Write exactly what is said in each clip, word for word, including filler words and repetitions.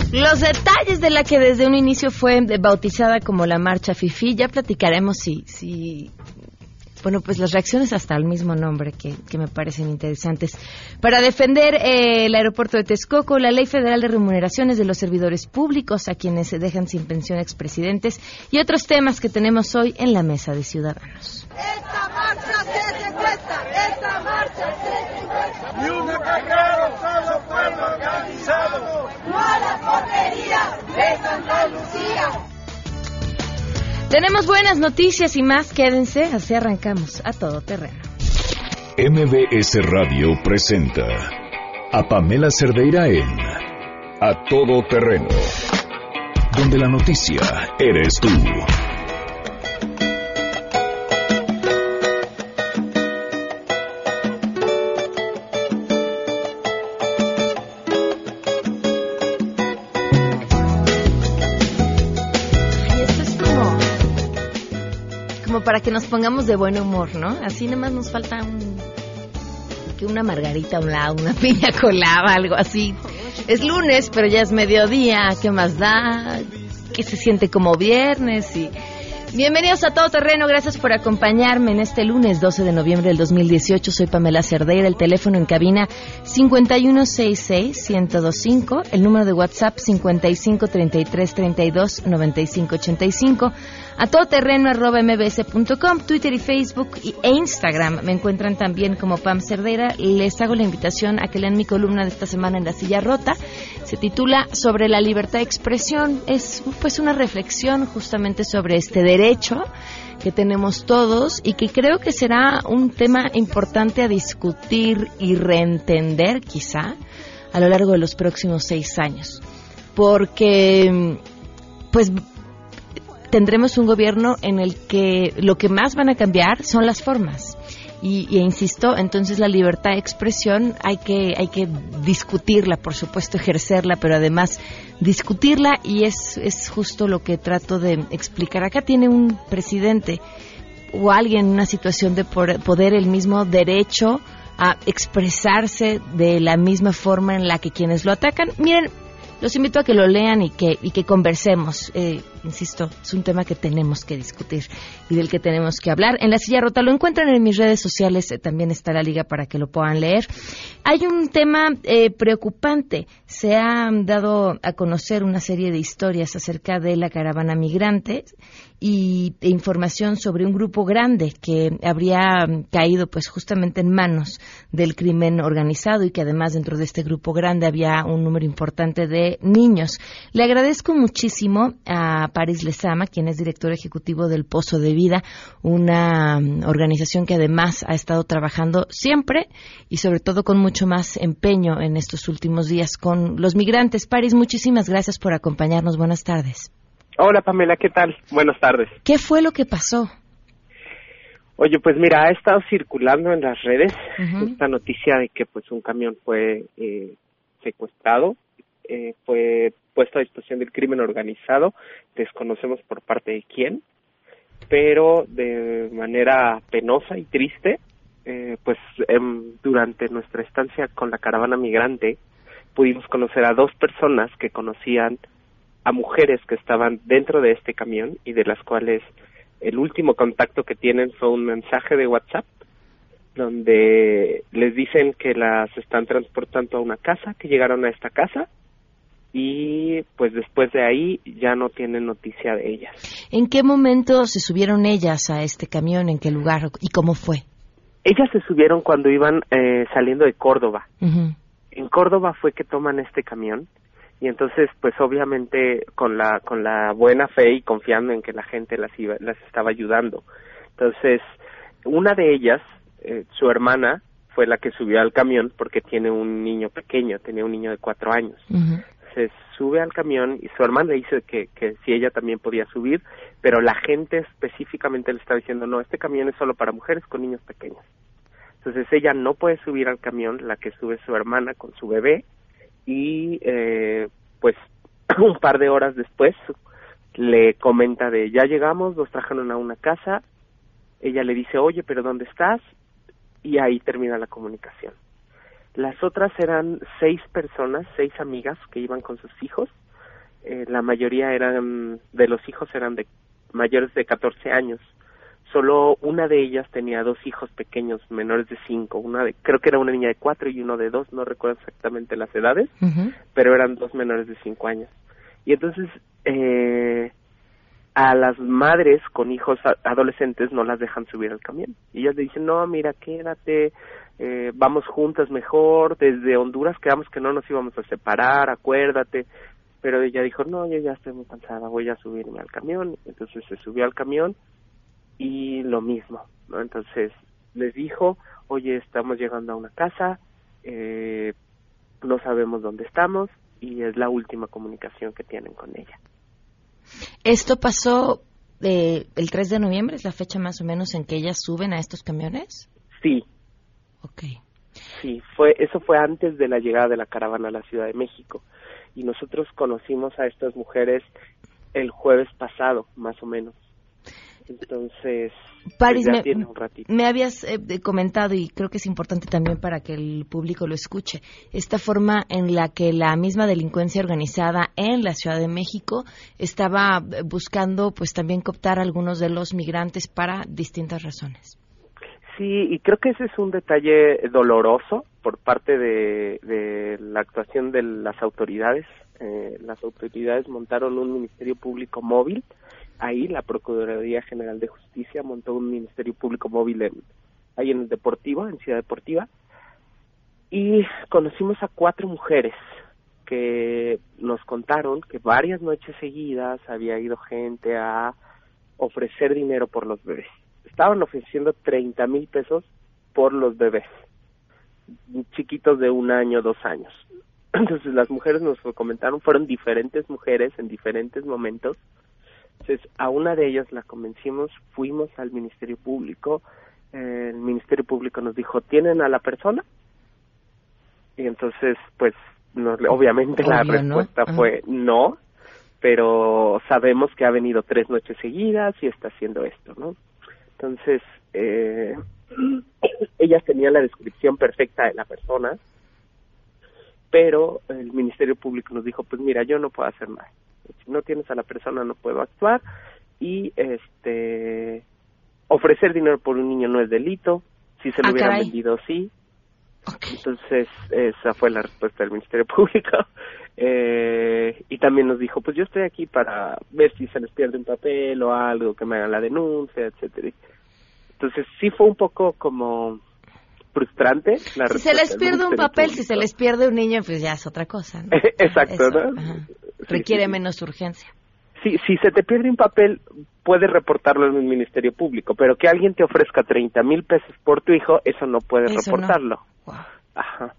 Los detalles de la que desde un inicio fue bautizada como la Marcha Fifí, ya platicaremos si... si bueno, pues las reacciones hasta el mismo nombre que, que me parecen interesantes. Para defender eh, el aeropuerto de Texcoco, la Ley Federal de Remuneraciones de los Servidores Públicos a quienes se dejan sin pensión expresidentes y otros temas que tenemos hoy en la Mesa de Ciudadanos. Esta marcha se secuestra, esta marcha se secuestra. Ni una cagada, solo pueblo organizado. No a las porquerías de Santa Lucía. Tenemos buenas noticias y más, quédense, así arrancamos a todo terreno. M B S Radio presenta a Pamela Cerdeira en A Todo Terreno, donde la noticia eres tú. Para que nos pongamos de buen humor, ¿no? Así nada más nos falta un, que una margarita a un lado, una piña colada, algo así. Es lunes, pero ya es mediodía, ¿qué más da? Que se siente como viernes y... Bienvenidos a Todo Terreno, gracias por acompañarme en este lunes doce de noviembre del dos mil dieciocho. Soy Pamela Cerdeira, el teléfono en cabina cincuenta y uno sesenta y seis, ciento veinticinco, el número de WhatsApp cincuenta y cinco treinta y tres treinta y dos noventa y cinco ochenta y cinco, a todoterreno arroba mbs punto com, Twitter y Facebook e Instagram. Me encuentran también como Pam Cerdeira. Les hago la invitación a que lean mi columna de esta semana en La Silla Rota. Se titula Sobre la libertad de expresión. Es pues una reflexión justamente sobre este derecho que tenemos todos y que creo que será un tema importante a discutir y reentender quizá a lo largo de los próximos seis años. Porque pues tendremos un gobierno en el que lo que más van a cambiar son las formas. Y, y insisto, entonces la libertad de expresión hay que hay que discutirla, por supuesto ejercerla, pero además discutirla, y es es justo lo que trato de explicar. Acá tiene un presidente o alguien en una situación de poder el mismo derecho a expresarse de la misma forma en la que quienes lo atacan. Miren, los invito a que lo lean y que y que conversemos. Eh, insisto, es un tema que tenemos que discutir y del que tenemos que hablar. En La Silla Rota lo encuentran en mis redes sociales, eh, también está la liga para que lo puedan leer. Hay un tema eh, preocupante. Se ha dado a conocer una serie de historias acerca de la caravana migrante y e información sobre un grupo grande que habría caído pues justamente en manos del crimen organizado y que además dentro de este grupo grande había un número importante de niños. Le agradezco muchísimo a Paris Lezama, quien es director ejecutivo del Pozo de Vida, una organización que además ha estado trabajando siempre y sobre todo con mucho más empeño en estos últimos días con los migrantes. Paris, muchísimas gracias por acompañarnos. Buenas tardes. Hola Pamela, ¿qué tal? Buenas tardes. ¿Qué fue lo que pasó? Oye, pues mira, ha estado circulando en las redes uh-huh. esta noticia de que pues un camión fue eh, secuestrado, eh, fue puesto a disposición del crimen organizado, desconocemos por parte de quién, pero de manera penosa y triste, eh, pues eh, durante nuestra estancia con la caravana migrante pudimos conocer a dos personas que conocían a mujeres que estaban dentro de este camión y de las cuales el último contacto que tienen fue un mensaje de WhatsApp donde les dicen que las están transportando a una casa, que llegaron a esta casa y pues después de ahí ya no tienen noticia de ellas. ¿En qué momento se subieron ellas a este camión? ¿En qué lugar? ¿Y cómo fue? Ellas se subieron cuando iban eh, saliendo de Córdoba. Uh-huh. En Córdoba fue que toman este camión. Y entonces, pues obviamente con la con la buena fe y confiando en que la gente las iba, las estaba ayudando. Entonces, una de ellas, eh, su hermana, fue la que subió al camión porque tiene un niño pequeño, tenía un niño de cuatro años. Uh-huh. Se sube al camión y su hermana le dice que, que si ella también podía subir, pero la gente específicamente le estaba diciendo, no, este camión es solo para mujeres con niños pequeños. Entonces ella no puede subir al camión, la que sube es su hermana con su bebé. Y eh, pues un par de horas después le comenta de ya llegamos, nos trajeron a una casa, ella le dice oye pero ¿dónde estás? Y ahí termina la comunicación. Las otras eran seis personas, seis amigas que iban con sus hijos, eh, la mayoría eran, de los hijos eran de mayores de catorce años. Solo una de ellas tenía dos hijos pequeños, menores de cinco. Una de, creo que era una niña de cuatro y uno de dos, no recuerdo exactamente las edades, uh-huh. pero eran dos menores de cinco años. Y entonces, eh, a las madres con hijos adolescentes no las dejan subir al camión. Y ellas le dicen, no, mira, quédate, eh, vamos juntas mejor, desde Honduras quedamos que no nos íbamos a separar, acuérdate. Pero ella dijo, no, yo ya estoy muy cansada, voy a subirme al camión. Entonces se subió al camión y lo mismo, ¿no? Entonces les dijo, oye, estamos llegando a una casa, eh, no sabemos dónde estamos, y es la última comunicación que tienen con ella. ¿Esto pasó eh, el tres de noviembre? ¿Es la fecha más o menos en que ellas suben a estos camiones? Sí. Okay. Sí, fue, eso fue antes de la llegada de la caravana a la Ciudad de México. Y nosotros conocimos a estas mujeres el jueves pasado, más o menos. Entonces, Paris, ya me, tiene un ratito. Me habías eh, comentado, y creo que es importante también para que el público lo escuche, esta forma en la que la misma delincuencia organizada en la Ciudad de México estaba buscando pues también cooptar a algunos de los migrantes para distintas razones. Sí, y creo que ese es un detalle doloroso por parte de, de la actuación de las autoridades. Eh, las autoridades montaron un Ministerio Público móvil. Ahí la Procuraduría General de Justicia montó un Ministerio Público móvil en, ahí en el Deportivo, en Ciudad Deportiva, y conocimos a cuatro mujeres que nos contaron que varias noches seguidas había ido gente a ofrecer dinero por los bebés. Estaban ofreciendo treinta mil pesos por los bebés, chiquitos de un año, dos años. Entonces las mujeres nos lo comentaron, fueron diferentes mujeres en diferentes momentos. Entonces, a una de ellas la convencimos, fuimos al Ministerio Público, eh, el Ministerio Público nos dijo, ¿tienen a la persona? Y entonces, pues, nos, obviamente Obvio, la respuesta ¿no? fue uh-huh. no, pero sabemos que ha venido tres noches seguidas y está haciendo esto, ¿no? Entonces, eh, ellas tenían la descripción perfecta de la persona, pero el Ministerio Público nos dijo, pues mira, yo no puedo hacer nada. Si no tienes a la persona no puedo actuar, y este ofrecer dinero por un niño no es delito, si se lo ah, hubieran caray. vendido sí. Okay. Entonces esa fue la respuesta del Ministerio Público, eh, y también nos dijo, pues yo estoy aquí para ver si se les pierde un papel o algo, que me hagan la denuncia, etcétera. Entonces sí fue un poco como frustrante la si se les pierde un papel, público. Si se les pierde un niño, pues ya es otra cosa, ¿no? Exacto, Eso, ¿no? Ajá. Requiere sí, sí. menos urgencia. Sí, si se te pierde un papel, puedes reportarlo en un Ministerio Público, pero que alguien te ofrezca treinta mil pesos por tu hijo, eso no puedes eso reportarlo. No. Wow. Ajá.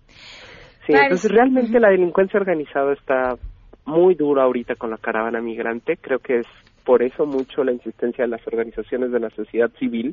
Sí, Paris. Entonces realmente uh-huh. la delincuencia organizada está muy dura ahorita con la caravana migrante. Creo que es por eso mucho la insistencia de las organizaciones de la sociedad civil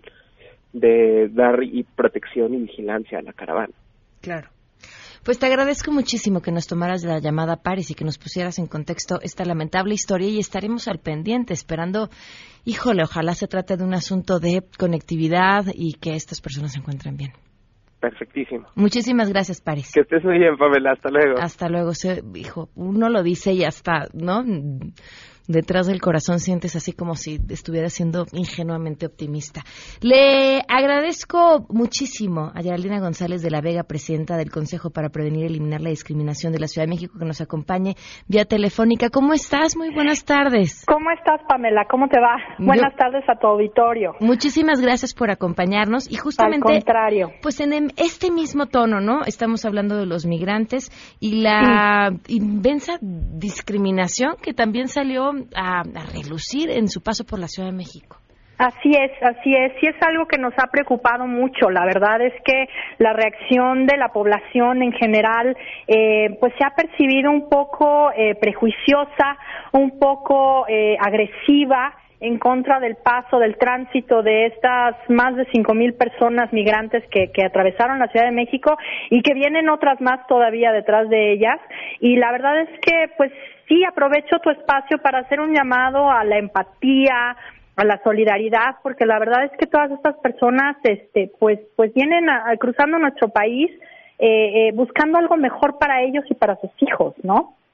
de dar y protección y vigilancia a la caravana. Claro. Pues te agradezco muchísimo que nos tomaras la llamada, Paris, y que nos pusieras en contexto esta lamentable historia, y estaremos al pendiente esperando, híjole, ojalá se trate de un asunto de conectividad y que estas personas se encuentren bien. Perfectísimo. Muchísimas gracias, Paris. Que estés muy bien, Pamela. Hasta luego. Hasta luego. Se, hijo, uno lo dice y hasta, ¿no? Detrás del corazón sientes así como si estuviera siendo ingenuamente optimista. Le agradezco muchísimo a Geraldina González de la Vega, presidenta del Consejo para Prevenir y Eliminar la Discriminación de la Ciudad de México, que nos acompañe vía telefónica. ¿Cómo estás? Muy buenas tardes. ¿Cómo estás, Pamela? ¿Cómo te va? Yo, buenas tardes a tu auditorio. Muchísimas gracias por acompañarnos. Y justamente, al contrario, pues en este mismo tono, ¿no? Estamos hablando de los migrantes y la sí. inmensa discriminación que también salió A, a relucir en su paso por la Ciudad de México. Así es, así es. Sí es algo que nos ha preocupado mucho. La verdad es que la reacción de la población en general, eh, pues se ha percibido un poco eh, prejuiciosa, un poco eh, agresiva en contra del paso, del tránsito de estas más de cinco mil personas migrantes que, que atravesaron la Ciudad de México, y que vienen otras más todavía detrás de ellas. Y la verdad es que, pues sí, aprovecho tu espacio para hacer un llamado a la empatía, a la solidaridad, porque la verdad es que todas estas personas, este, pues, pues vienen a, a, cruzando nuestro país, eh, eh, buscando algo mejor para ellos y para sus hijos, ¿no?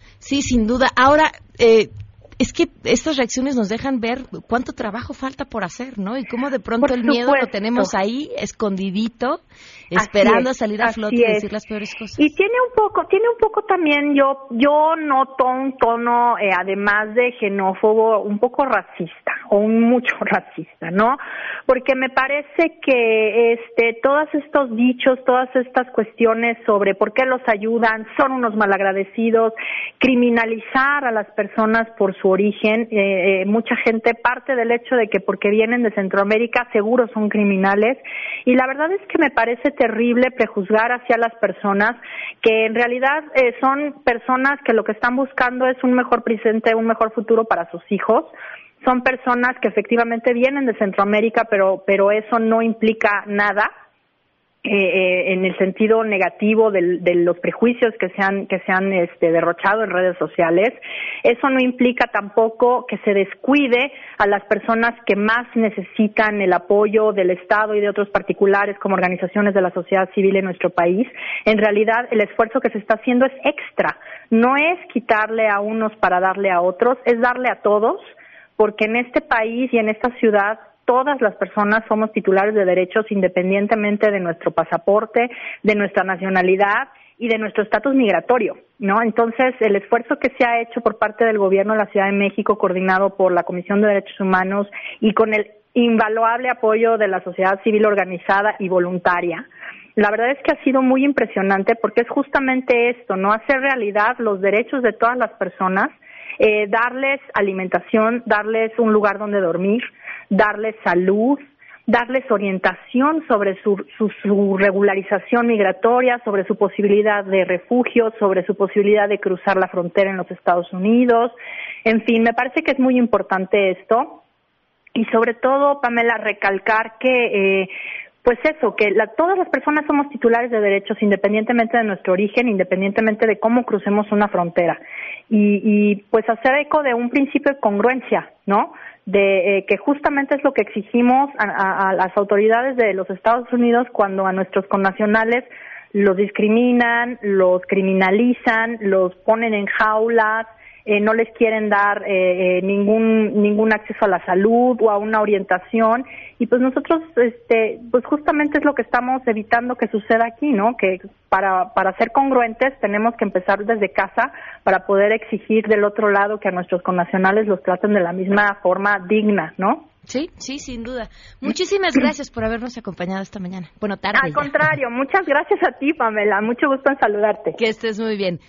Sí, sin duda. Ahora, eh, es que estas reacciones nos dejan ver cuánto trabajo falta por hacer, ¿no? Y cómo de pronto por el miedo supuesto. lo tenemos ahí, escondidito, esperando es, a salir a flote y decir las peores cosas. Y tiene un poco, tiene un poco también, yo yo noto un tono, eh, además de xenófobo, un poco racista, o un mucho racista, ¿no? Porque me parece que este todos estos dichos, todas estas cuestiones sobre por qué los ayudan, son unos malagradecidos, criminalizar a las personas por su origen, eh, eh, mucha gente parte del hecho de que porque vienen de Centroamérica seguro son criminales, y la verdad es que me parece terrible prejuzgar hacia las personas que en realidad eh, son personas que lo que están buscando es un mejor presente, un mejor futuro para sus hijos. Son personas que efectivamente vienen de Centroamérica, pero pero eso no implica nada eh, eh, en el sentido negativo de, de los prejuicios que se han que se han este, derrochado en redes sociales. Eso no implica tampoco que se descuide a las personas que más necesitan el apoyo del Estado y de otros particulares como organizaciones de la sociedad civil en nuestro país. En realidad, el esfuerzo que se está haciendo es extra. No es quitarle a unos para darle a otros, es darle a todos, porque en este país y en esta ciudad todas las personas somos titulares de derechos independientemente de nuestro pasaporte, de nuestra nacionalidad y de nuestro estatus migratorio, ¿no? Entonces, el esfuerzo que se ha hecho por parte del Gobierno de la Ciudad de México, coordinado por la Comisión de Derechos Humanos y con el invaluable apoyo de la sociedad civil organizada y voluntaria, la verdad es que ha sido muy impresionante porque es justamente esto, ¿no? Hacer realidad los derechos de todas las personas, eh, darles alimentación, darles un lugar donde dormir, darles salud, darles orientación sobre su, su, su regularización migratoria, sobre su posibilidad de refugio, sobre su posibilidad de cruzar la frontera en los Estados Unidos. En fin, me parece que es muy importante esto y sobre todo, Pamela, recalcar que eh, pues eso, que la, todas las personas somos titulares de derechos independientemente de nuestro origen, independientemente de cómo crucemos una frontera. Y, y pues hacer eco de un principio de congruencia, ¿no? De eh, que justamente es lo que exigimos a, a, a las autoridades de los Estados Unidos cuando a nuestros connacionales los discriminan, los criminalizan, los ponen en jaulas, eh, no les quieren dar eh, eh, ningún ningún acceso a la salud o a una orientación, y pues nosotros este pues justamente es lo que estamos evitando que suceda aquí, ¿no? Que para para ser congruentes tenemos que empezar desde casa para poder exigir del otro lado que a nuestros connacionales los traten de la misma forma digna, ¿no? Sí, sí, sin duda. Muchísimas gracias por habernos acompañado esta mañana. Bueno, tarde. Al ya. contrario, muchas gracias a ti, Pamela. Mucho gusto en saludarte. Que estés muy bien.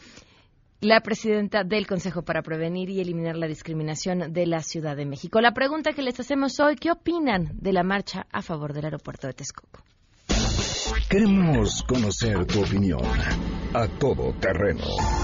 La presidenta del Consejo para Prevenir y Eliminar la Discriminación de la Ciudad de México. La pregunta que les hacemos hoy, ¿qué opinan de la marcha a favor del aeropuerto de Texcoco? Queremos conocer tu opinión. A todo terreno.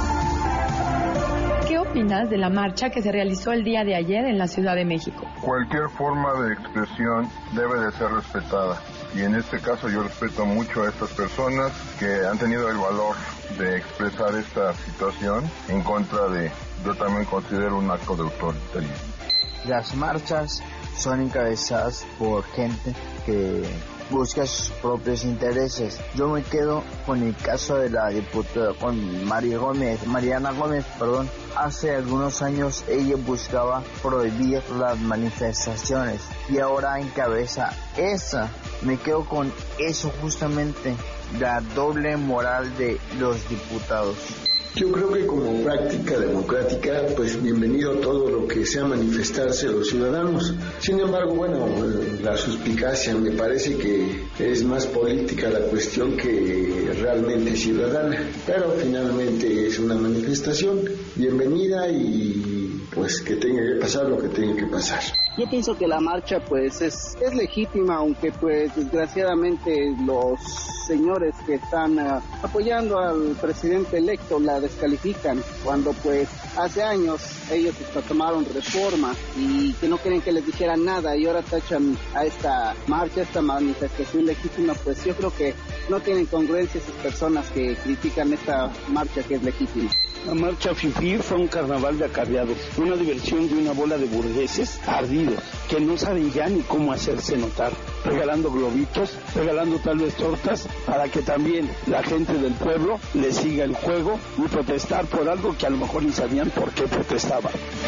¿Qué opinas de la marcha que se realizó el día de ayer en la Ciudad de México? Cualquier forma de expresión debe de ser respetada. Y en este caso yo respeto mucho a estas personas que han tenido el valor de expresar esta situación en contra de, yo también considero un acto de autoritarismo. Las marchas son encabezadas por gente que busca sus propios intereses. Yo me quedo con el caso de la diputada, con María Gómez, Mariana Gómez, perdón. Hace algunos años ella buscaba prohibir las manifestaciones y ahora encabeza esa. Me quedo con eso justamente, la doble moral de los diputados. Yo creo que como práctica democrática, pues bienvenido todo lo que sea manifestarse los ciudadanos. Sin embargo, bueno, la suspicacia me parece que es más política la cuestión que realmente ciudadana. Pero finalmente es una manifestación bienvenida y pues que tenga que pasar lo que tenga que pasar. Yo pienso que la marcha pues es, es legítima, aunque pues desgraciadamente los señores que están uh, apoyando al presidente electo la descalifican, cuando pues hace años ellos tomaron reforma y que no quieren que les dijeran nada y ahora tachan a esta marcha, esta manifestación legítima. Pues yo creo que no tienen congruencia esas personas que critican esta marcha que es legítima. La marcha FIFI fue un carnaval de acarreados, una diversión de una bola de burgueses ardidos, que no saben ya ni cómo hacerse notar. regalando globitos, regalando tal vez tortas, para que también la gente del pueblo le siga el juego y protestar por algo que a lo mejor ni sabían por qué protestaban.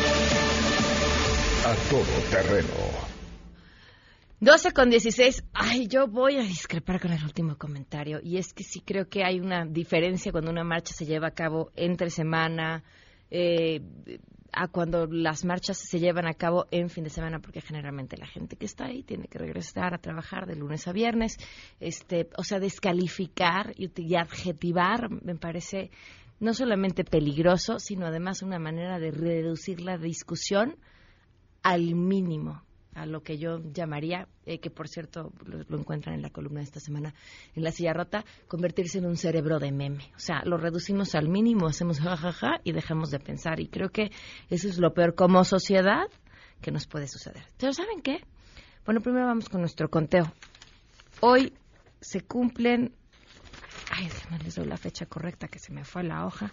A todo terreno. doce con dieciséis. Ay, yo voy a discrepar con el último comentario. Y es que sí creo que hay una diferencia cuando una marcha se lleva a cabo entre semana, eh, a cuando las marchas se llevan a cabo en fin de semana, porque generalmente la gente que está ahí tiene que regresar a trabajar de lunes a viernes. Este, o sea, descalificar y, y adjetivar me parece no solamente peligroso, sino además una manera de reducir la discusión al mínimo, a lo que yo llamaría, eh, que por cierto lo, lo encuentran en la columna de esta semana en La Silla Rota, convertirse en un cerebro de meme. O sea, lo reducimos al mínimo, hacemos jajaja ja, ja, y dejamos de pensar. Y creo que eso es lo peor como sociedad que nos puede suceder. Pero ¿saben qué? Bueno, primero vamos con nuestro conteo. Hoy se cumplen... Ay, déjenme les doy la fecha correcta que se me fue a la hoja.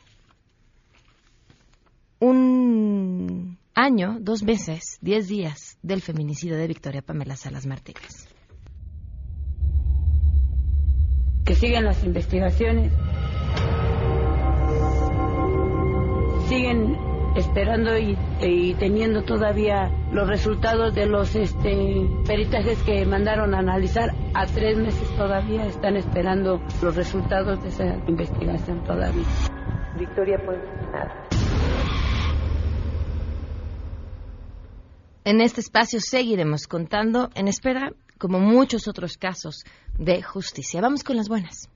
Un... año, dos meses, diez días del feminicidio de Victoria Pamela Salas Martínez. Que sigan las investigaciones, siguen esperando y, y teniendo todavía los resultados de los este, peritajes que mandaron a analizar. A tres meses todavía están esperando los resultados de esa investigación todavía. Victoria, pues nada. En este espacio seguiremos contando en espera, como muchos otros casos, de justicia. Vamos con las buenas.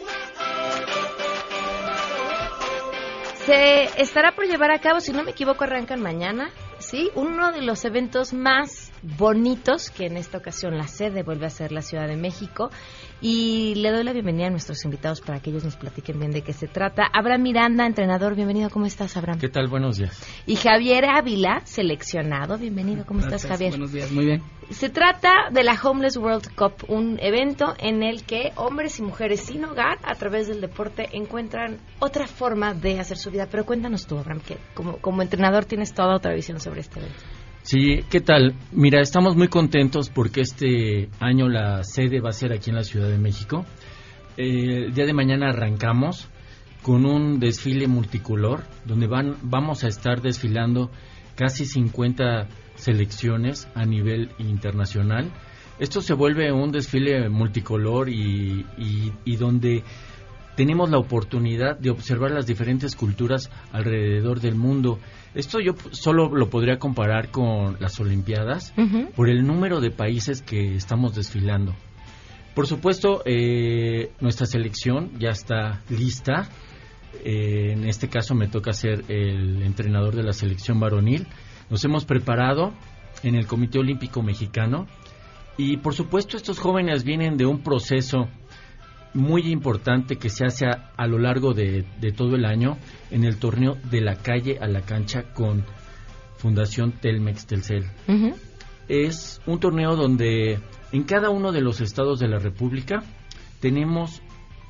Se estará por llevar a cabo, si no me equivoco, arrancan mañana, ¿sí? Uno de los eventos más bonitos, que en esta ocasión la sede vuelve a ser la Ciudad de México. Y le doy la bienvenida a nuestros invitados para que ellos nos platiquen bien de qué se trata. Abraham Miranda, entrenador, bienvenido. ¿Cómo estás, Abraham? ¿Qué tal? Buenos días. Y Javier Ávila, seleccionado. Bienvenido. ¿Cómo Gracias, estás, Javier? Buenos días, muy bien. Se trata de la Homeless World Cup, un evento en el que hombres y mujeres sin hogar, a través del deporte, encuentran otra forma de hacer su vida. Pero cuéntanos tú, Abraham, que como, como entrenador tienes toda otra visión sobre este evento. Sí, ¿qué tal? Mira, estamos muy contentos porque este año la sede va a ser aquí en la Ciudad de México. Eh, el día de mañana arrancamos con un desfile multicolor, donde van, vamos a estar desfilando casi cincuenta selecciones a nivel internacional. Esto se vuelve un desfile multicolor y, y, y donde tenemos la oportunidad de observar las diferentes culturas alrededor del mundo. Esto yo solo lo podría comparar con las Olimpiadas, uh-huh, por el número de países que estamos desfilando. Por supuesto, eh, nuestra selección ya está lista. Eh, en este caso me toca ser el entrenador de la selección varonil. Nos hemos preparado en el Comité Olímpico Mexicano y por supuesto estos jóvenes vienen de un proceso muy importante que se hace a, a lo largo de, de todo el año en el torneo de la calle a la cancha con Fundación Telmex Telcel. Uh-huh. Es un torneo donde en cada uno de los estados de la República tenemos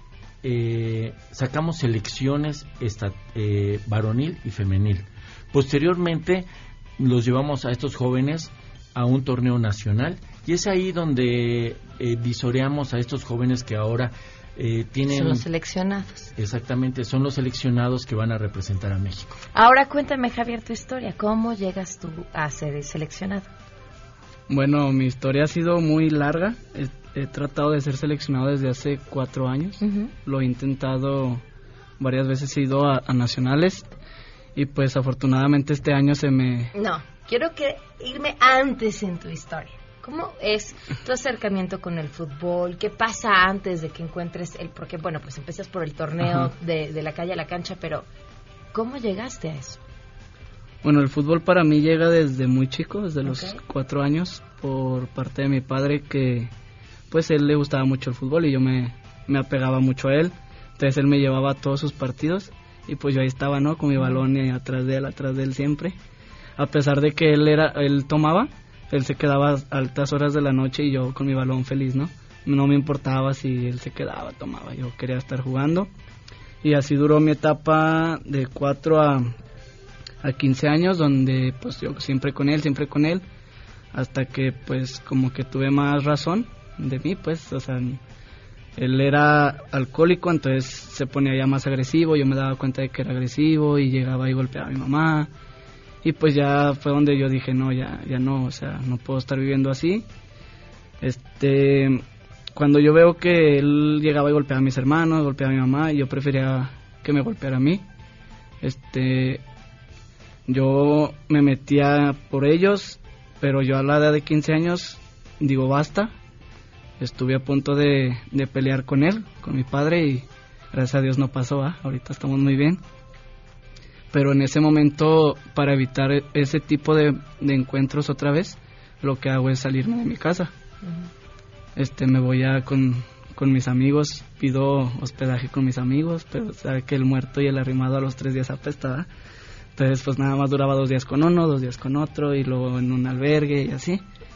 eh, sacamos selecciones esta, eh, varonil y femenil. Posteriormente los llevamos a estos jóvenes a un torneo nacional y es ahí donde eh, visoreamos a estos jóvenes que ahora eh, tienen... Son los seleccionados. Exactamente, son los seleccionados que van a representar a México. Ahora cuéntame, Javier, tu historia. ¿Cómo llegas tú a ser seleccionado? Bueno, mi historia ha sido muy larga. He, he tratado de ser seleccionado desde hace cuatro años. Uh-huh. Lo he intentado varias veces, he ido a, a nacionales y pues afortunadamente este año se me... No, quiero que irme antes en tu historia. ¿Cómo es tu acercamiento con el fútbol? ¿Qué pasa antes de que encuentres el...? Porque, bueno, pues empiezas por el torneo de, de la calle a la cancha, pero ¿cómo llegaste a eso? Bueno, el fútbol para mí llega desde muy chico, desde los okay. cuatro años, por parte de mi padre, que pues él le gustaba mucho el fútbol y yo me, me apegaba mucho a él. Entonces él me llevaba a todos sus partidos y pues yo ahí estaba, ¿no? Con mi balón y atrás de él, atrás de él siempre. A pesar de que él era, él tomaba, él se quedaba a altas horas de la noche y yo con mi balón feliz, ¿no? No me importaba si él se quedaba, tomaba, yo quería estar jugando. Y así duró mi etapa de cuatro a, a quince años, donde pues yo siempre con él, siempre con él, hasta que pues como que tuve más razón de mí, pues, o sea, él era alcohólico, entonces se ponía ya más agresivo, yo me daba cuenta de que era agresivo y llegaba y golpeaba a mi mamá, y pues ya fue donde yo dije, no, ya, ya no, o sea, no puedo estar viviendo así. Este, cuando yo veo que él llegaba y golpeaba a mis hermanos, golpeaba a mi mamá, yo prefería que me golpeara a mí. Este, yo me metía por ellos, pero yo a la edad de quince años digo basta. Estuve a punto de, de pelear con él, con mi padre, y gracias a Dios no pasó, ¿eh? Ahorita estamos muy bien. Pero en ese momento, para evitar ese tipo de, de encuentros otra vez, lo que hago es salirme de mi casa. Uh-huh. Este, me voy a con, con mis amigos, pido hospedaje con mis amigos, pero sabe que el muerto y el arrimado a los tres días apesta, ¿eh? Entonces pues nada más duraba dos días con uno, dos días con otro, y luego en un albergue y así.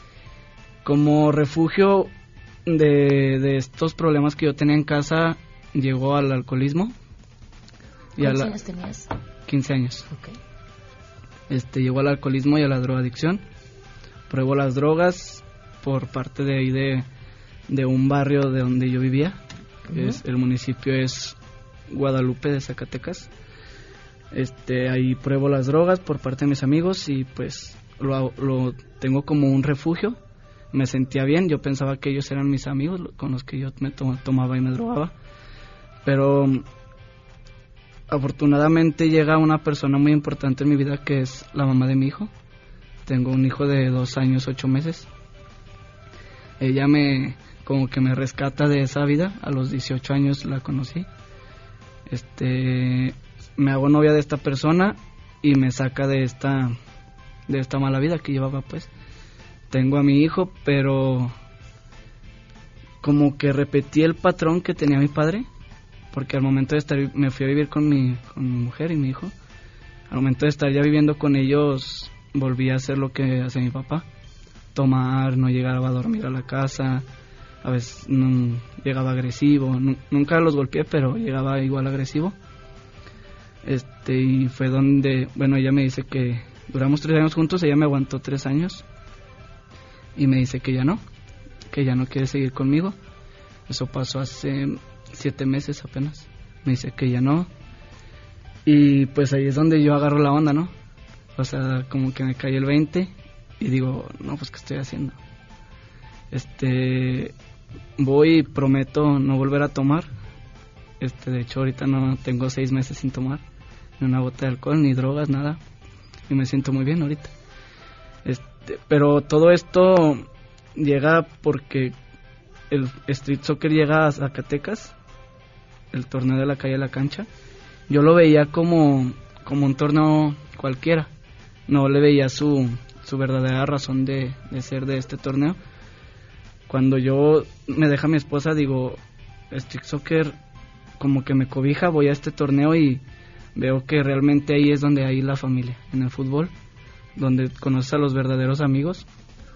Como refugio de, de estos problemas que yo tenía en casa, llegó al alcoholismo. ¿Cuántos años tenías? quince años. Okay. Este, llegó al alcoholismo y a la drogadicción. Pruebo las drogas por parte de ahí de, de un barrio de donde yo vivía. Uh-huh. Es, el municipio es Guadalupe de Zacatecas. Este, ahí pruebo las drogas por parte de mis amigos y pues lo, lo tengo como un refugio. Me sentía bien, yo pensaba que ellos eran mis amigos con los que yo me to- tomaba y me drogaba. Pero afortunadamente llega una persona muy importante en mi vida, que es la mamá de mi hijo. Tengo un hijo de dos años, ocho meses. Ella me, como que me rescata de esa vida. A los dieciocho años la conocí. Este, me hago novia de esta persona y me saca de esta, de esta mala vida que llevaba, pues. Tengo a mi hijo, pero como que repetí el patrón que tenía mi padre, porque al momento de estar, me fui a vivir con mi, con mi mujer y mi hijo. Al momento de estar ya viviendo con ellos, volví a hacer lo que hace mi papá: tomar, no llegaba a dormir a la casa, a veces no, llegaba agresivo, no, nunca los golpeé, pero llegaba igual agresivo. Este, y fue donde, bueno, ella me dice que duramos tres años juntos, ella me aguantó tres años y me dice que ya no, que ya no quiere seguir conmigo. Eso pasó hace siete meses apenas. Me dice que ya no. Y pues ahí es donde yo agarro la onda, ¿no? O sea, como que me cae el veinte y digo, no, pues ¿qué estoy haciendo? Este, voy y prometo no volver a tomar. Este, de hecho ahorita no tengo seis meses sin tomar ni una gota de alcohol, ni drogas, nada. Y me siento muy bien ahorita. Este, pero todo esto llega porque el street soccer llega a Zacatecas, el torneo de la calle a la cancha. Yo lo veía como, como un torneo cualquiera, no le veía su, su verdadera razón de, de ser de este torneo. Cuando yo me deja mi esposa, digo, street soccer como que me cobija, voy a este torneo y veo que realmente ahí es donde hay la familia, en el fútbol, donde conoces a los verdaderos amigos.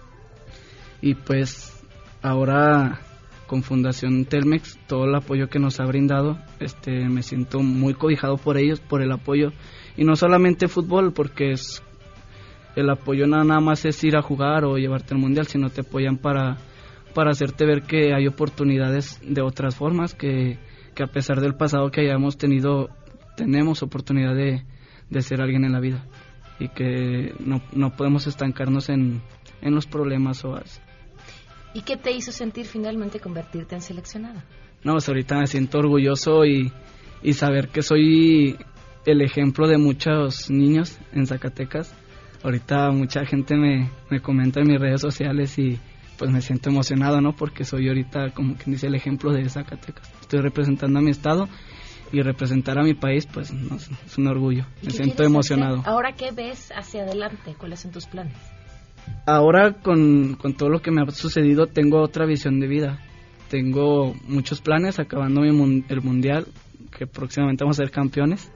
Y pues ahora con Fundación Telmex, todo el apoyo que nos ha brindado, este, me siento muy cobijado por ellos, por el apoyo. Y no solamente fútbol, porque es el apoyo no nada más es ir a jugar o llevarte al mundial, sino te apoyan para, para hacerte ver que hay oportunidades de otras formas, que, que a pesar del pasado que hayamos tenido, tenemos oportunidad de, de ser alguien en la vida. Y que no, no podemos estancarnos en, en los problemas o así. ¿Y qué te hizo sentir finalmente convertirte en seleccionada? No, pues ahorita me siento orgulloso y, y saber que soy el ejemplo de muchos niños en Zacatecas. Ahorita mucha gente me, me comenta en mis redes sociales y pues me siento emocionado, ¿no? Porque soy ahorita como quien dice el ejemplo de Zacatecas. Estoy representando a mi estado y representar a mi país, pues no, es un orgullo. Me siento emocionado. Hacer? ¿Ahora qué ves hacia adelante? ¿Cuáles son tus planes? Ahora con, con todo lo que me ha sucedido tengo otra visión de vida. Tengo muchos planes, acabando mi mun- el mundial, que próximamente vamos a ser campeones.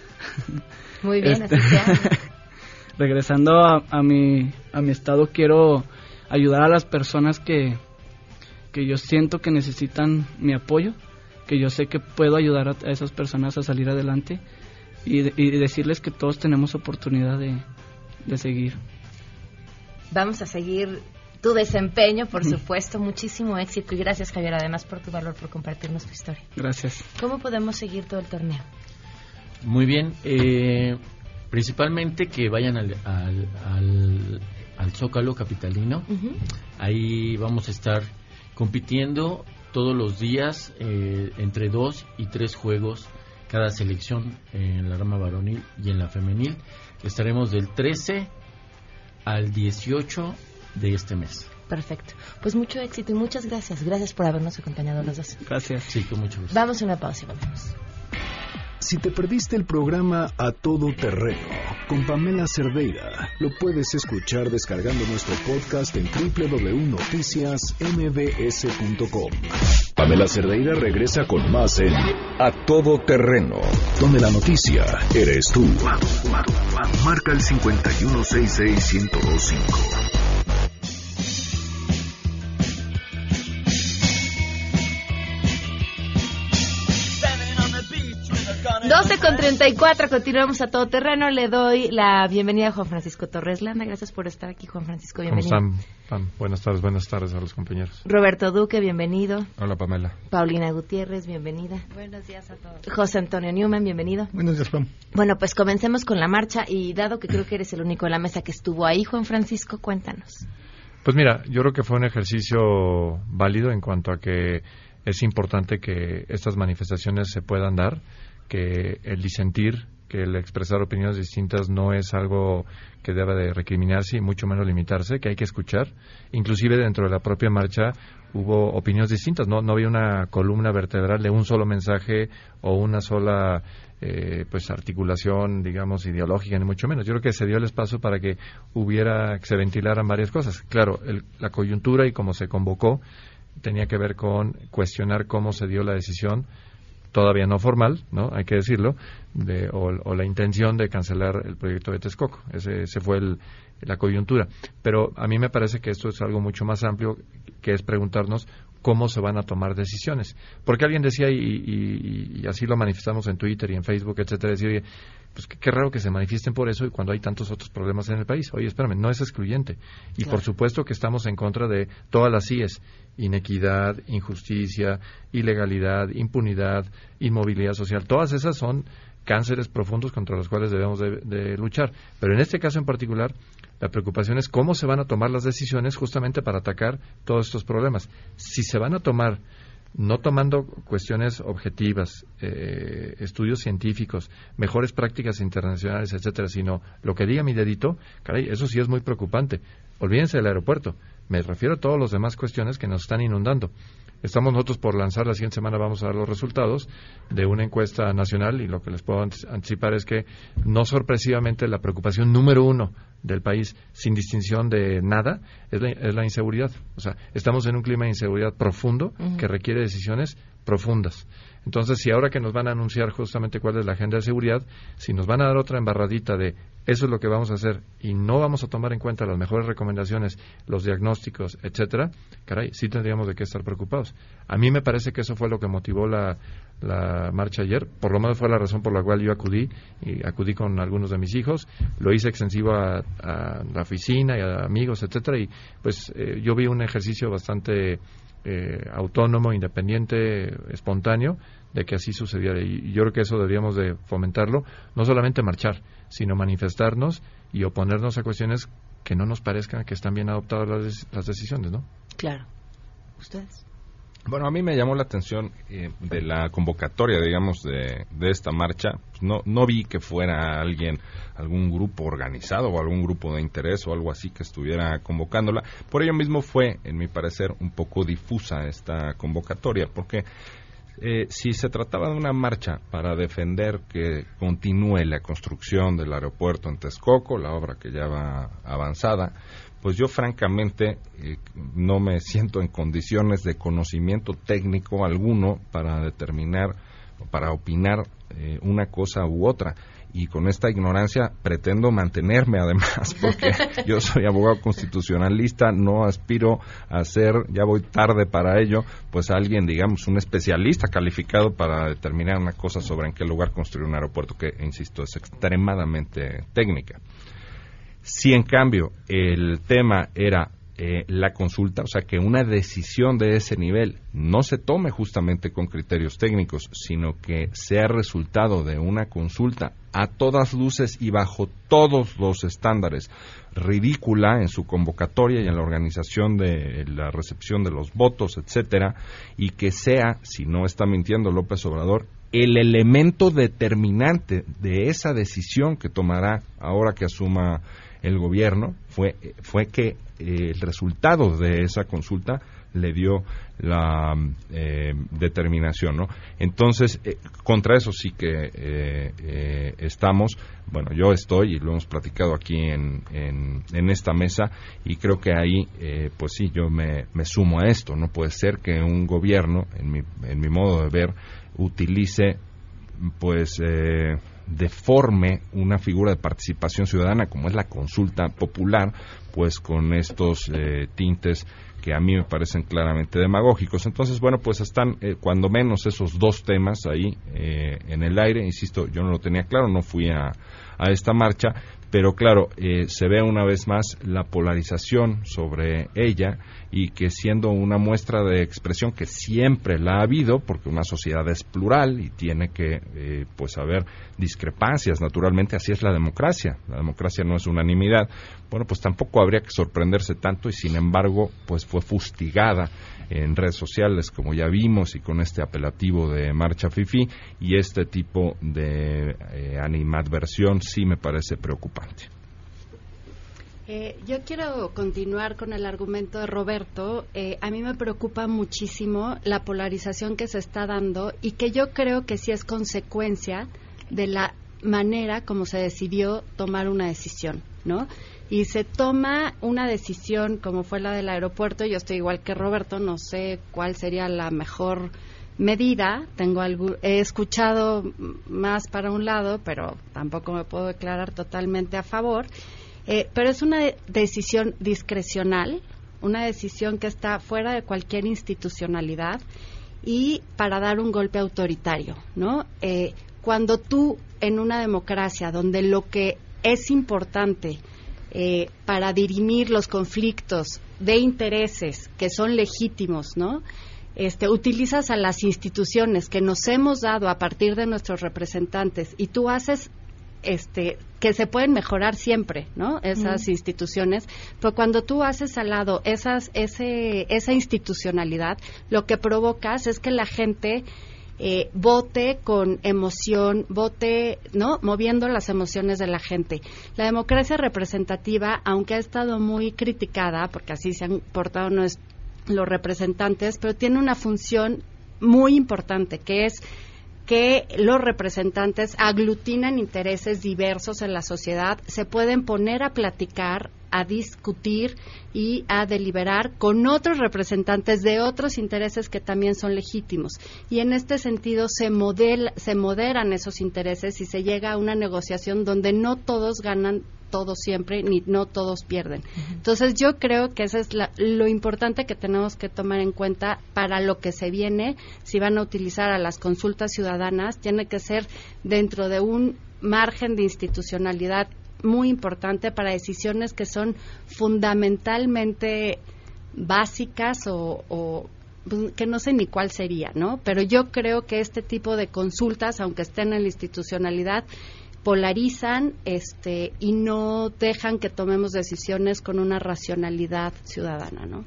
Muy bien, este, así sea. Regresando a, a, mi, a mi estado, quiero ayudar a las personas que, que yo siento que necesitan mi apoyo, que yo sé que puedo ayudar a, a esas personas a salir adelante y, de, y decirles que todos tenemos oportunidad de, de seguir. Vamos a seguir tu desempeño, por supuesto. Muchísimo éxito y gracias, Javier, además por tu valor, por compartirnos tu historia. Gracias. ¿Cómo podemos seguir todo el torneo? Muy bien, eh, principalmente que vayan al, al, al, al Zócalo capitalino. Uh-huh. Ahí vamos a estar compitiendo todos los días, eh, entre dos y tres juegos cada selección, en la rama varonil y en la femenil. Estaremos del trece al dieciocho de este mes. Perfecto. Pues mucho éxito y muchas gracias. Gracias por habernos acompañado los dos. Gracias. Sí, con mucho gusto. Vamos a una pausa y volvemos. Si te perdiste el programa A Todo Terreno con Pamela Cerdeira, lo puedes escuchar descargando nuestro podcast en doble u doble u doble u punto noticias eme be ese punto com. Pamela Cerdeira regresa con más en A Todo Terreno, donde la noticia eres tú. Marca el cincuenta y uno sesenta y seis, ciento veinticinco. doce con treinta y cuatro, continuamos A Todo Terreno. Le doy la bienvenida a Juan Francisco Torres Landa. Gracias por estar aquí, Juan Francisco. Bienvenido. ¿Cómo están? Pam? Buenas tardes, buenas tardes a los compañeros. Roberto Duque, bienvenido. Hola, Pamela. Paulina Gutiérrez, bienvenida. Buenos días a todos. José Antonio Newman, bienvenido. Buenos días, Pam. Bueno, pues comencemos con la marcha y dado que creo que eres el único en la mesa que estuvo ahí, Juan Francisco, cuéntanos. Pues mira, yo creo que fue un ejercicio válido en cuanto a que es importante que estas manifestaciones se puedan dar, que el disentir, que el expresar opiniones distintas no es algo que deba de recriminarse y mucho menos limitarse, que hay que escuchar. Inclusive dentro de la propia marcha hubo opiniones distintas, no, no había una columna vertebral de un solo mensaje o una sola eh, pues articulación, digamos, ideológica, ni mucho menos. Yo creo que se dio el espacio para que hubiera, que se ventilaran varias cosas. Claro, el, la coyuntura y cómo se convocó tenía que ver con cuestionar cómo se dio la decisión, todavía no formal, ¿no? Hay que decirlo, de, o, o la intención de cancelar el proyecto de Texcoco. Ese, ese fue el, la coyuntura. Pero a mí me parece que esto es algo mucho más amplio, que es preguntarnos cómo se van a tomar decisiones. Porque alguien decía, y, y, y así lo manifestamos en Twitter y en Facebook, etcétera, decía, oye, pues qué, qué raro que se manifiesten por eso y cuando hay tantos otros problemas en el país. Oye, espérame, no es excluyente. Y claro, por supuesto que estamos en contra de todas las I E S, inequidad, injusticia, ilegalidad, impunidad, inmovilidad social. Todas esas son cánceres profundos contra los cuales debemos de, de luchar. Pero en este caso en particular, la preocupación es cómo se van a tomar las decisiones justamente para atacar todos estos problemas. Si se van a tomar no tomando cuestiones objetivas, eh, estudios científicos, mejores prácticas internacionales, etcétera, sino lo que diga mi dedito, caray, eso sí es muy preocupante. Olvídense del aeropuerto. Me refiero a todas las demás cuestiones que nos están inundando. Estamos nosotros por lanzar, la siguiente semana vamos a dar los resultados de una encuesta nacional y lo que les puedo anticipar es que no sorpresivamente la preocupación número uno del país, sin distinción de nada, es la, es la inseguridad. O sea, estamos en un clima de inseguridad profundo uh-huh. que requiere decisiones profundas. Entonces, si ahora que nos van a anunciar justamente cuál es la agenda de seguridad, si nos van a dar otra embarradita de eso es lo que vamos a hacer y no vamos a tomar en cuenta las mejores recomendaciones, los diagnósticos, etcétera, caray, sí tendríamos de qué estar preocupados. A mí me parece que eso fue lo que motivó la, la marcha ayer, por lo menos fue la razón por la cual yo acudí, y acudí con algunos de mis hijos, lo hice extensivo a, a la oficina y a amigos, etcétera, y pues eh, yo vi un ejercicio bastante eh, autónomo, independiente, espontáneo, de que así sucediera. Y yo creo que eso deberíamos de fomentarlo, no solamente marchar, sino manifestarnos y oponernos a cuestiones que no nos parezcan que están bien adoptadas las, las decisiones, ¿no? Claro. ¿Ustedes? Bueno, a mí me llamó la atención eh, de la convocatoria, digamos, de, de esta marcha. No, no vi que fuera alguien, algún grupo organizado o algún grupo de interés o algo así que estuviera convocándola. Por ello mismo fue, en mi parecer, un poco difusa esta convocatoria, porque Eh, si se trataba de una marcha para defender que continúe la construcción del aeropuerto en Texcoco, la obra que ya va avanzada, pues yo francamente eh, no me siento en condiciones de conocimiento técnico alguno para determinar, para opinar eh, una cosa u otra. Y con esta ignorancia pretendo mantenerme además, porque yo soy abogado constitucionalista, no aspiro a ser, ya voy tarde para ello, pues alguien, digamos, un especialista calificado para determinar una cosa sobre en qué lugar construir un aeropuerto, que, insisto, es extremadamente técnica. Si en cambio el tema era eh, la consulta, o sea, que una decisión de ese nivel no se tome justamente con criterios técnicos, sino que sea resultado de una consulta a todas luces y bajo todos los estándares, ridícula en su convocatoria y en la organización de la recepción de los votos, etcétera, y que sea, si no está mintiendo López Obrador, el elemento determinante de esa decisión que tomará ahora que asuma el gobierno, fue, fue que eh, el resultado de esa consulta le dio la eh, determinación, ¿no? Entonces, eh, contra eso sí que eh, eh, estamos, bueno, yo estoy, y lo hemos platicado aquí en, en, en esta mesa, y creo que ahí, eh, pues sí, yo me, me sumo a esto. No puede ser que un gobierno, en mi, en mi modo de ver, utilice, pues, eh, deforme una figura de participación ciudadana como es la consulta popular, pues con estos eh, tintes que a mí me parecen claramente demagógicos. Entonces, bueno, pues están eh, cuando menos esos dos temas ahí eh, en el aire. Insisto, yo no lo tenía claro, no fui a, a esta marcha, pero claro, eh, se ve una vez más la polarización sobre ella, y que siendo una muestra de expresión que siempre la ha habido, porque una sociedad es plural y tiene que eh, pues haber discrepancias, naturalmente así es la democracia, la democracia no es unanimidad, bueno, pues tampoco habría que sorprenderse tanto, y sin embargo pues fue fustigada en redes sociales, como ya vimos, y con este apelativo de marcha fifí, y este tipo de eh, animadversión sí me parece preocupante. Eh, yo quiero continuar con el argumento de Roberto. Eh, a mí me preocupa muchísimo la polarización que se está dando, y que yo creo que sí es consecuencia de la manera como se decidió tomar una decisión, ¿no? Y se toma una decisión como fue la del aeropuerto. Yo estoy igual que Roberto, no sé cuál sería la mejor medida. Tengo algo, he escuchado más para un lado, pero tampoco me puedo declarar totalmente a favor. Eh, pero es una de- decisión discrecional, una decisión que está fuera de cualquier institucionalidad, y para dar un golpe autoritario, ¿no? Eh, cuando tú en una democracia donde lo que es importante eh, para dirimir los conflictos de intereses que son legítimos, ¿no? Este, utilizas a las instituciones que nos hemos dado a partir de nuestros representantes, y tú haces este que se pueden mejorar siempre, ¿no? Esas mm. instituciones, pero cuando tú haces al lado esas ese esa institucionalidad, lo que provocas es que la gente eh, vote con emoción, vote, ¿no? Moviendo las emociones de la gente. La democracia representativa, aunque ha estado muy criticada, porque así se han portado los representantes, pero tiene una función muy importante, que es que los representantes aglutinan intereses diversos en la sociedad, se pueden poner a platicar, a discutir y a deliberar con otros representantes de otros intereses que también son legítimos. Y en este sentido se modela, se moderan esos intereses, y se llega a una negociación donde no todos ganan todo siempre, ni no todos pierden. Uh-huh. Entonces yo creo que eso es la, lo importante que tenemos que tomar en cuenta para lo que se viene. Si van a utilizar a las consultas ciudadanas, tiene que ser dentro de un margen de institucionalidad muy importante para decisiones que son fundamentalmente básicas o, o que no sé ni cuál sería, ¿no? Pero yo creo que este tipo de consultas, aunque estén en la institucionalidad, polarizan este y no dejan que tomemos decisiones con una racionalidad ciudadana, ¿no?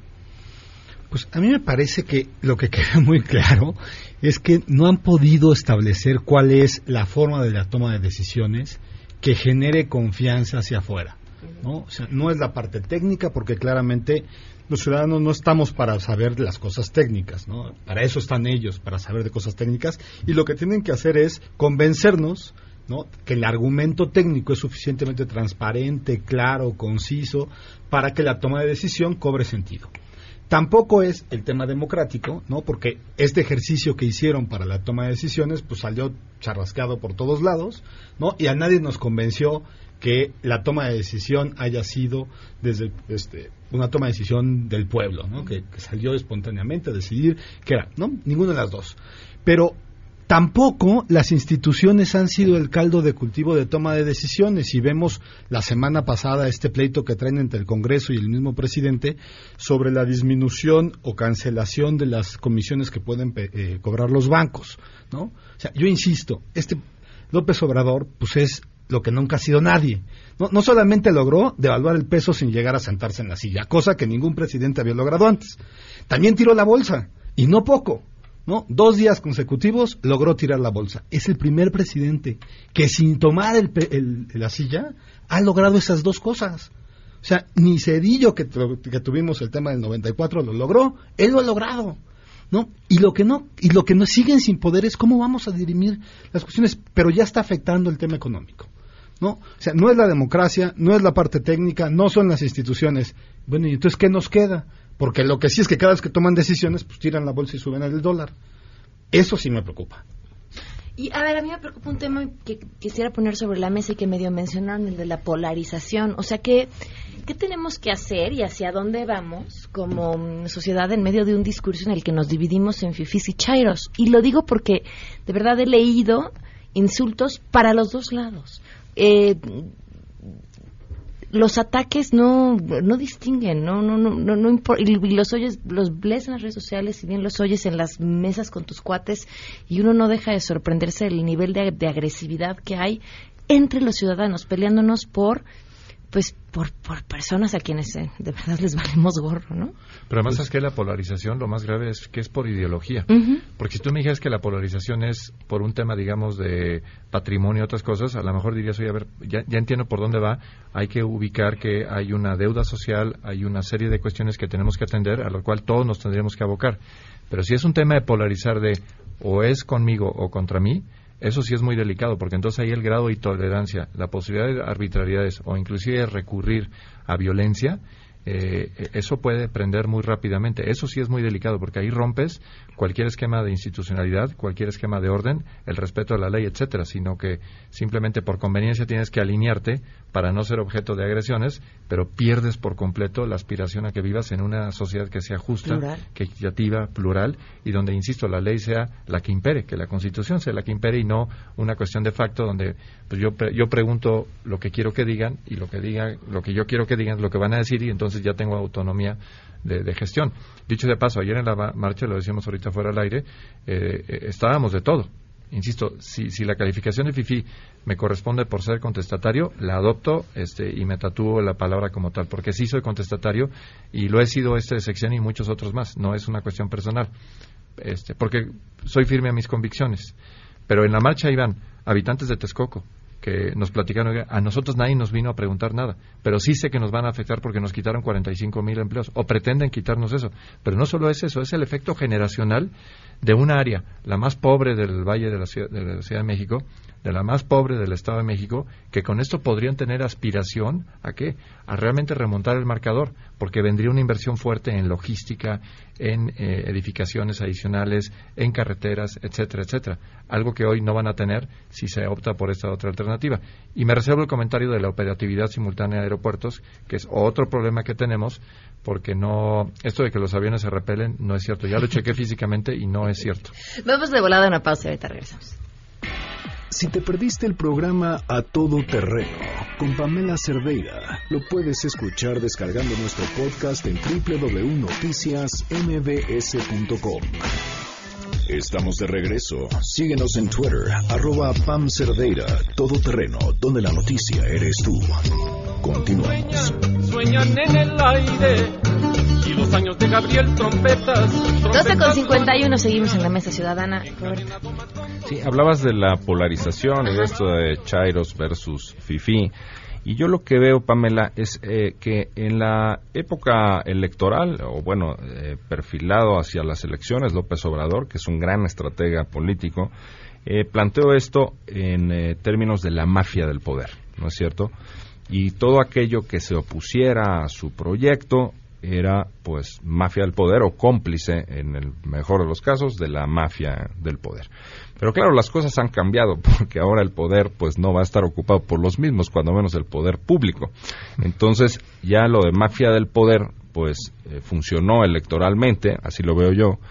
Pues a mí me parece que lo que queda muy claro es que no han podido establecer cuál es la forma de la toma de decisiones que genere confianza hacia afuera, ¿no? O sea, no es la parte técnica, porque claramente los ciudadanos no estamos para saber las cosas técnicas, ¿no? Para eso están ellos, para saber de cosas técnicas, y lo que tienen que hacer es convencernos, ¿no?, que el argumento técnico es suficientemente transparente, claro, conciso, para que la toma de decisión cobre sentido. Tampoco es el tema democrático, ¿no?, porque este ejercicio que hicieron para la toma de decisiones pues salió charrasqueado por todos lados, ¿no?, y a nadie nos convenció que la toma de decisión haya sido desde este, una toma de decisión del pueblo, ¿no?, que, que salió espontáneamente a decidir que era, ¿no?, ninguna de las dos. Pero Tampoco las instituciones han sido el caldo de cultivo de toma de decisiones. Y vemos la semana pasada este pleito que traen entre el Congreso y el mismo presidente sobre la disminución o cancelación de las comisiones que pueden eh, cobrar los bancos, ¿no? O sea, yo insisto, este López Obrador, pues es lo que nunca ha sido nadie. No, no solamente logró devaluar el peso sin llegar a sentarse en la silla, cosa que ningún presidente había logrado antes. También tiró la bolsa, y no poco, ¿no? Dos días consecutivos logró tirar la bolsa. Es el primer presidente que sin tomar el, el, la silla ha logrado esas dos cosas. O sea, ni Cedillo, que, que tuvimos el tema del noventa y cuatro, lo logró, él lo ha logrado, ¿no? Y lo que no, y lo que no siguen sin poder es cómo vamos a dirimir las cuestiones, pero ya está afectando el tema económico, ¿no? O sea, no es la democracia, no es la parte técnica, no son las instituciones. Bueno, y entonces, ¿qué nos queda? Porque lo que sí es que cada vez que toman decisiones, pues tiran la bolsa y suben el dólar. Eso sí me preocupa. Y a ver, a mí me preocupa un tema que quisiera poner sobre la mesa y que medio mencionaron, el de la polarización. O sea, ¿qué, qué tenemos que hacer y hacia dónde vamos como sociedad en medio de un discurso en el que nos dividimos en fifís y chairos? Y lo digo porque de verdad he leído insultos para los dos lados. Eh, los ataques no no distinguen, no no no no, no impor- y, y los oyes, los lees en las redes sociales, y bien los oyes en las mesas con tus cuates, y uno no deja de sorprenderse del nivel de, de agresividad que hay entre los ciudadanos, peleándonos por pues por, por personas a quienes eh, de verdad les valemos gorro, ¿no? Pero además es que la polarización, lo más grave es que es por ideología. Uh-huh. Porque si tú me dijeras que la polarización es por un tema, digamos, de patrimonio y otras cosas, a lo mejor dirías, oye, a ver, ya, ya entiendo por dónde va, hay que ubicar que hay una deuda social, hay una serie de cuestiones que tenemos que atender, a lo cual todos nos tendríamos que abocar. Pero si es un tema de polarizar de o es conmigo o contra mí, eso sí es muy delicado, porque entonces ahí el grado de intolerancia, la posibilidad de arbitrariedades o inclusive de recurrir a violencia, eh, eso puede prender muy rápidamente. Eso sí es muy delicado, porque ahí rompes cualquier esquema de institucionalidad, cualquier esquema de orden, el respeto a la ley, etcétera, sino que simplemente por conveniencia tienes que alinearte para no ser objeto de agresiones, pero pierdes por completo la aspiración a que vivas en una sociedad que sea justa, plural, que equitativa, plural, y donde, insisto, la ley sea la que impere, que la Constitución sea la que impere y no una cuestión de facto donde pues yo pre- yo pregunto lo que quiero que digan y lo que digan, lo que yo quiero que digan es lo que van a decir, y entonces ya tengo autonomía de, de gestión. Dicho de paso, ayer en la marcha, lo decíamos ahorita fuera al aire, eh, eh, estábamos de todo. Insisto, si, si la calificación de fifí me corresponde por ser contestatario, la adopto este, y me tatúo la palabra como tal, porque sí soy contestatario y lo he sido este sexenio y muchos otros más. No es una cuestión personal, este, porque soy firme a mis convicciones. Pero en la marcha iban habitantes de Texcoco que nos platicaron, a nosotros nadie nos vino a preguntar nada, pero sí sé que nos van a afectar porque nos quitaron cuarenta y cinco mil empleos, o pretenden quitarnos eso. Pero no solo es eso, es el efecto generacional de una área, la más pobre del Valle de la Ciudad de, la Ciudad de México, de la más pobre del Estado de México, que con esto podrían tener aspiración ¿a qué? A realmente remontar el marcador, porque vendría una inversión fuerte en logística, en eh, edificaciones adicionales, en carreteras, etcétera, etcétera. Algo que hoy no van a tener si se opta por esta otra alternativa. Y me reservo el comentario de la operatividad simultánea de aeropuertos, que es otro problema que tenemos, porque no, esto de que los aviones se repelen no es cierto. Ya lo chequé físicamente y no es cierto. Vamos de volada a una pausa y ahorita regresamos. Si te perdiste el programa A Todo Terreno con Pamela Cerdeira, lo puedes escuchar descargando nuestro podcast en doble u doble u doble u punto noticias m b s punto com. Estamos de regreso. Síguenos en Twitter, arroba Pam Cerdeira, Todo Terreno, donde la noticia eres tú. Continuamos. Sueñan en el aire y los años de Gabriel trompetas. doce con cincuenta y uno, seguimos en la mesa ciudadana. Roberto. Sí, hablabas de la polarización y de esto de chairos versus fifí. Y yo lo que veo, Pamela, es eh, que en la época electoral, o bueno, eh, perfilado hacia las elecciones, López Obrador, que es un gran estratega político, eh, planteó esto en eh, términos de la mafia del poder, ¿no es cierto? Y todo aquello que se opusiera a su proyecto era, pues, mafia del poder o cómplice, en el mejor de los casos, de la mafia del poder. Pero claro, las cosas han cambiado, porque ahora el poder pues no va a estar ocupado por los mismos, cuando menos el poder público. Entonces, ya lo de mafia del poder pues eh, funcionó electoralmente, así lo veo yo,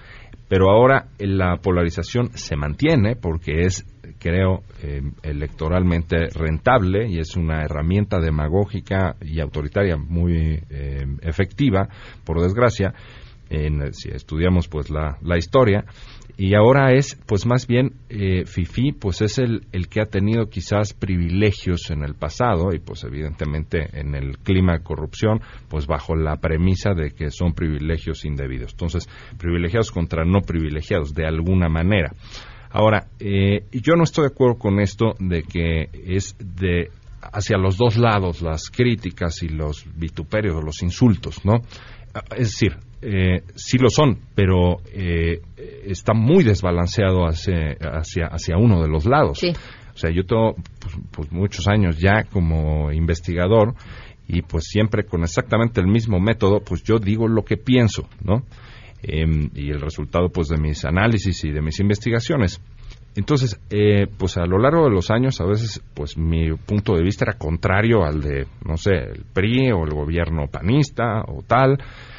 pero ahora la polarización se mantiene porque es, creo, eh, electoralmente rentable y es una herramienta demagógica y autoritaria muy eh, efectiva, por desgracia, en, si estudiamos pues la, la historia. Y ahora es, pues más bien, eh, Fifí, pues es el, el que ha tenido quizás privilegios en el pasado y pues evidentemente en el clima de corrupción, pues bajo la premisa de que son privilegios indebidos. Entonces, privilegiados contra no privilegiados, de alguna manera. Ahora, eh, yo no estoy de acuerdo con esto de que es de hacia los dos lados las críticas y los vituperios o los insultos, ¿no? Es decir, eh, sí lo son, pero eh, está muy desbalanceado hacia, hacia, hacia uno de los lados. Sí. O sea, yo tengo pues, pues muchos años ya como investigador y pues siempre con exactamente el mismo método, pues yo digo lo que pienso, ¿no? Eh, y el resultado pues de mis análisis y de mis investigaciones. Entonces, eh, pues a lo largo de los años, a veces, pues mi punto de vista era contrario al de, no sé, el P R I o el gobierno panista o tal,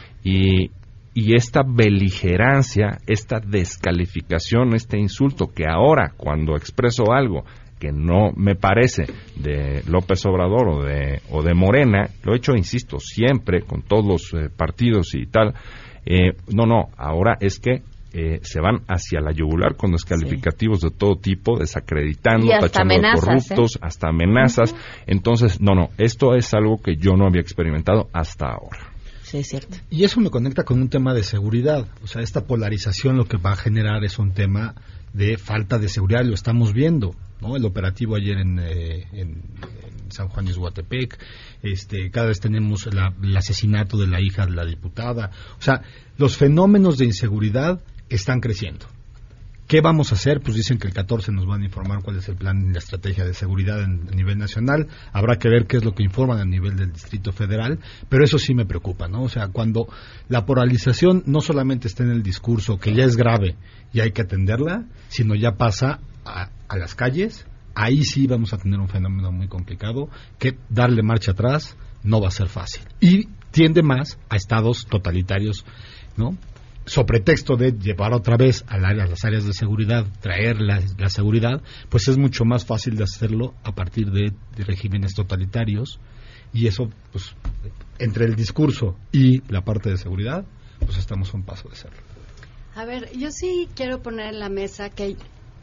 y, y esta beligerancia, esta descalificación, este insulto que ahora, cuando expreso algo que no me parece de López Obrador o de, o de Morena, lo he hecho, insisto, siempre, con todos los eh, partidos y tal, eh, no, no, ahora es que Eh, se van hacia la yugular con descalificativos sí. de todo tipo, desacreditando, tachando de corruptos, ¿eh? hasta amenazas. Uh-huh. Entonces, no, no, esto es algo que yo no había experimentado hasta ahora. Sí, es cierto. Y eso me conecta con un tema de seguridad. O sea, esta polarización lo que va a generar es un tema de falta de seguridad, lo estamos viendo, ¿no? El operativo ayer en, eh, en, en San Juan Ixhuatepec, este, cada vez tenemos la, el asesinato de la hija de la diputada. O sea, los fenómenos de inseguridad están creciendo. ¿Qué vamos a hacer? Pues dicen que el catorce nos van a informar cuál es el plan y la estrategia de seguridad en, a nivel nacional. Habrá que ver qué es lo que informan a nivel del Distrito Federal, pero eso sí me preocupa, ¿no? O sea, cuando la polarización no solamente está en el discurso, que ya es grave y hay que atenderla, sino ya pasa a, a las calles, ahí sí vamos a tener un fenómeno muy complicado, que darle marcha atrás no va a ser fácil. Y tiende más a estados totalitarios, ¿no? Sobre pretexto de llevar otra vez a, la, a las áreas de seguridad, traer la, la seguridad, pues es mucho más fácil de hacerlo a partir de, de regímenes totalitarios, y eso, pues, entre el discurso y la parte de seguridad, pues estamos a un paso de hacerlo. A ver, yo sí quiero poner en la mesa que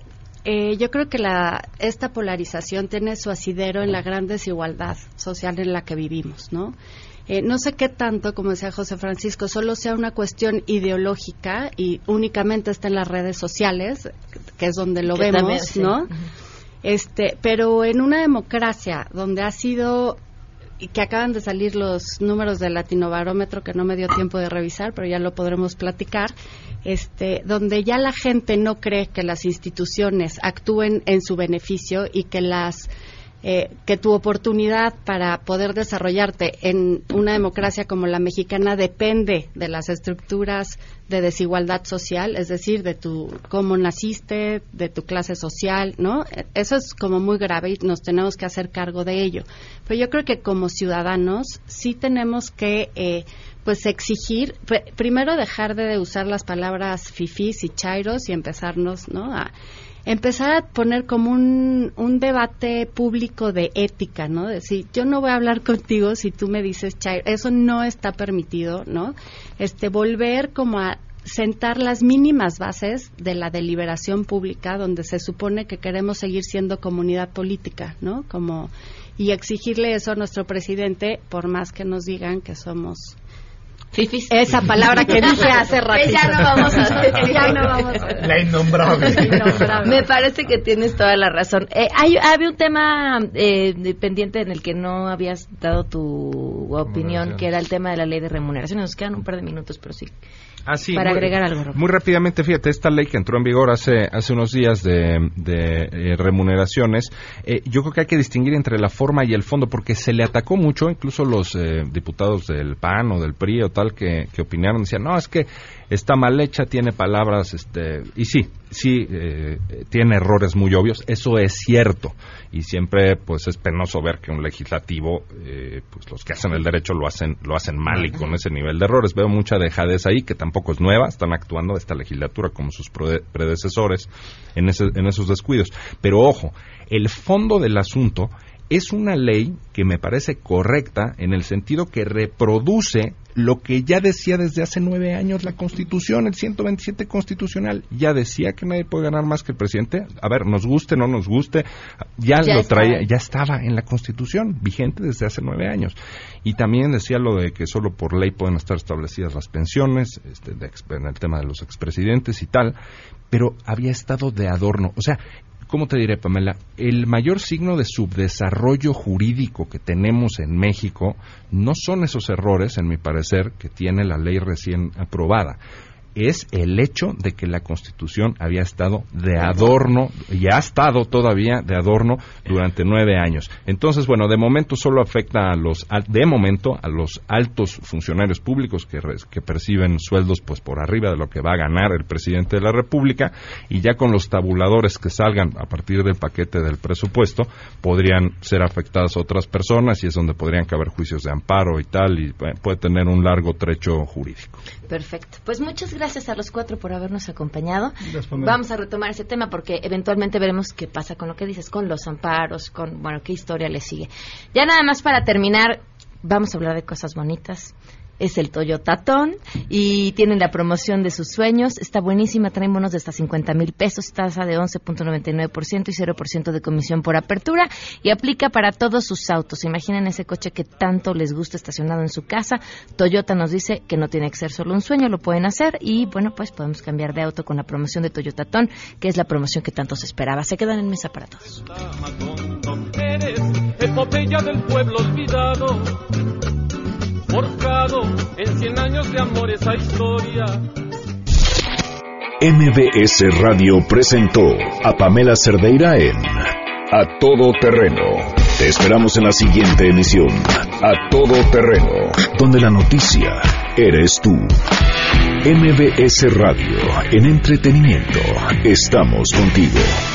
eh, yo creo que la esta polarización tiene su asidero en la gran desigualdad social en la que vivimos, ¿no? Eh, no sé qué tanto, como decía José Francisco, solo sea una cuestión ideológica y únicamente está en las redes sociales, que es donde lo que vemos, también, sí. ¿no? Uh-huh. Este, pero en una democracia donde ha sido, y que acaban de salir los números del Latinobarómetro, que no me dio tiempo de revisar, pero ya lo podremos platicar, este, donde ya la gente no cree que las instituciones actúen en su beneficio y que las Eh, que tu oportunidad para poder desarrollarte en una democracia como la mexicana depende de las estructuras de desigualdad social, es decir, de tu cómo naciste, de tu clase social, ¿no? Eso es como muy grave y nos tenemos que hacer cargo de ello. Pero yo creo que como ciudadanos sí tenemos que eh, pues exigir, pr- primero dejar de usar las palabras fifís y chairos y empezarnos, ¿no? a empezar a poner como un, un debate público de ética, ¿no? Decir, yo no voy a hablar contigo si tú me dices chairo, eso no está permitido, ¿no? Este, volver como a sentar las mínimas bases de la deliberación pública, donde se supone que queremos seguir siendo comunidad política, ¿no? Como, y exigirle eso a nuestro presidente, por más que nos digan que somos fifis. Esa palabra que dije hace ratito. Ya no vamos a ya no vamos a la innombrable. innombrable. Me parece que tienes toda la razón. Eh, hay, había un tema eh, pendiente en el que no habías dado tu opinión, que era el tema de la ley de remuneración. Nos quedan un par de minutos, pero sí. Ah, sí, para muy, agregar algo, Roberto. Muy rápidamente, fíjate, esta ley que entró en vigor hace hace unos días de, de eh, remuneraciones, eh, yo creo que hay que distinguir entre la forma y el fondo, porque se le atacó mucho, incluso los eh, diputados del P A N o del P R I o tal, total que, que opinaron, decían, no, es que está mal hecha, tiene palabras, este, y sí, sí, eh, tiene errores muy obvios, eso es cierto, y siempre, pues, es penoso ver que un legislativo, eh, pues, los que hacen el derecho lo hacen, lo hacen mal y con ese nivel de errores. Veo mucha dejadez ahí, que tampoco es nueva, están actuando esta legislatura como sus predecesores en, ese, en esos descuidos. Pero ojo, el fondo del asunto es una ley que me parece correcta en el sentido que reproduce lo que ya decía desde hace nueve años la Constitución, el ciento veintisiete constitucional. Ya decía que nadie puede ganar más que el presidente. A ver, nos guste, no nos guste, ya, ya lo traía, ya estaba en la Constitución, vigente desde hace nueve años. Y también decía lo de que solo por ley pueden estar establecidas las pensiones, este, de, en el tema de los expresidentes y tal, pero había estado de adorno. O sea, ¿cómo te diré, Pamela? El mayor signo de subdesarrollo jurídico que tenemos en México no son esos errores, en mi parecer, que tiene la ley recién aprobada. Es el hecho de que la Constitución había estado de adorno, y ha estado todavía de adorno durante nueve años. Entonces, bueno, de momento solo afecta a los, de momento, a los altos funcionarios públicos que, que perciben sueldos pues por arriba de lo que va a ganar el presidente de la República, y ya con los tabuladores que salgan a partir del paquete del presupuesto, podrían ser afectadas otras personas, y es donde podrían caber juicios de amparo y tal, y puede tener un largo trecho jurídico. Perfecto. Pues muchas gracias. Gracias a los cuatro por habernos acompañado. Vamos a retomar ese tema porque eventualmente veremos qué pasa con lo que dices, con los amparos, con, bueno, qué historia le sigue. Ya nada más para terminar, vamos a hablar de cosas bonitas. Es el Toyotatón y tienen la promoción de sus sueños. Está buenísima, traen bonos de hasta cincuenta mil pesos, tasa de once punto noventa y nueve por ciento y cero por ciento de comisión por apertura, y aplica para todos sus autos. Imaginen ese coche que tanto les gusta estacionado en su casa. Toyota nos dice que no tiene que ser solo un sueño, lo pueden hacer, y bueno, pues podemos cambiar de auto con la promoción de Toyotatón, que es la promoción que tanto se esperaba. Se quedan en mesa para todos. Eres epopeya del pueblo olvidado, forjado en cien años de amor esa historia. M B S Radio presentó a Pamela Cerdeira en A Todo Terreno. Te esperamos en la siguiente emisión, A Todo Terreno, donde la noticia eres tú. M B S Radio, en entretenimiento, estamos contigo.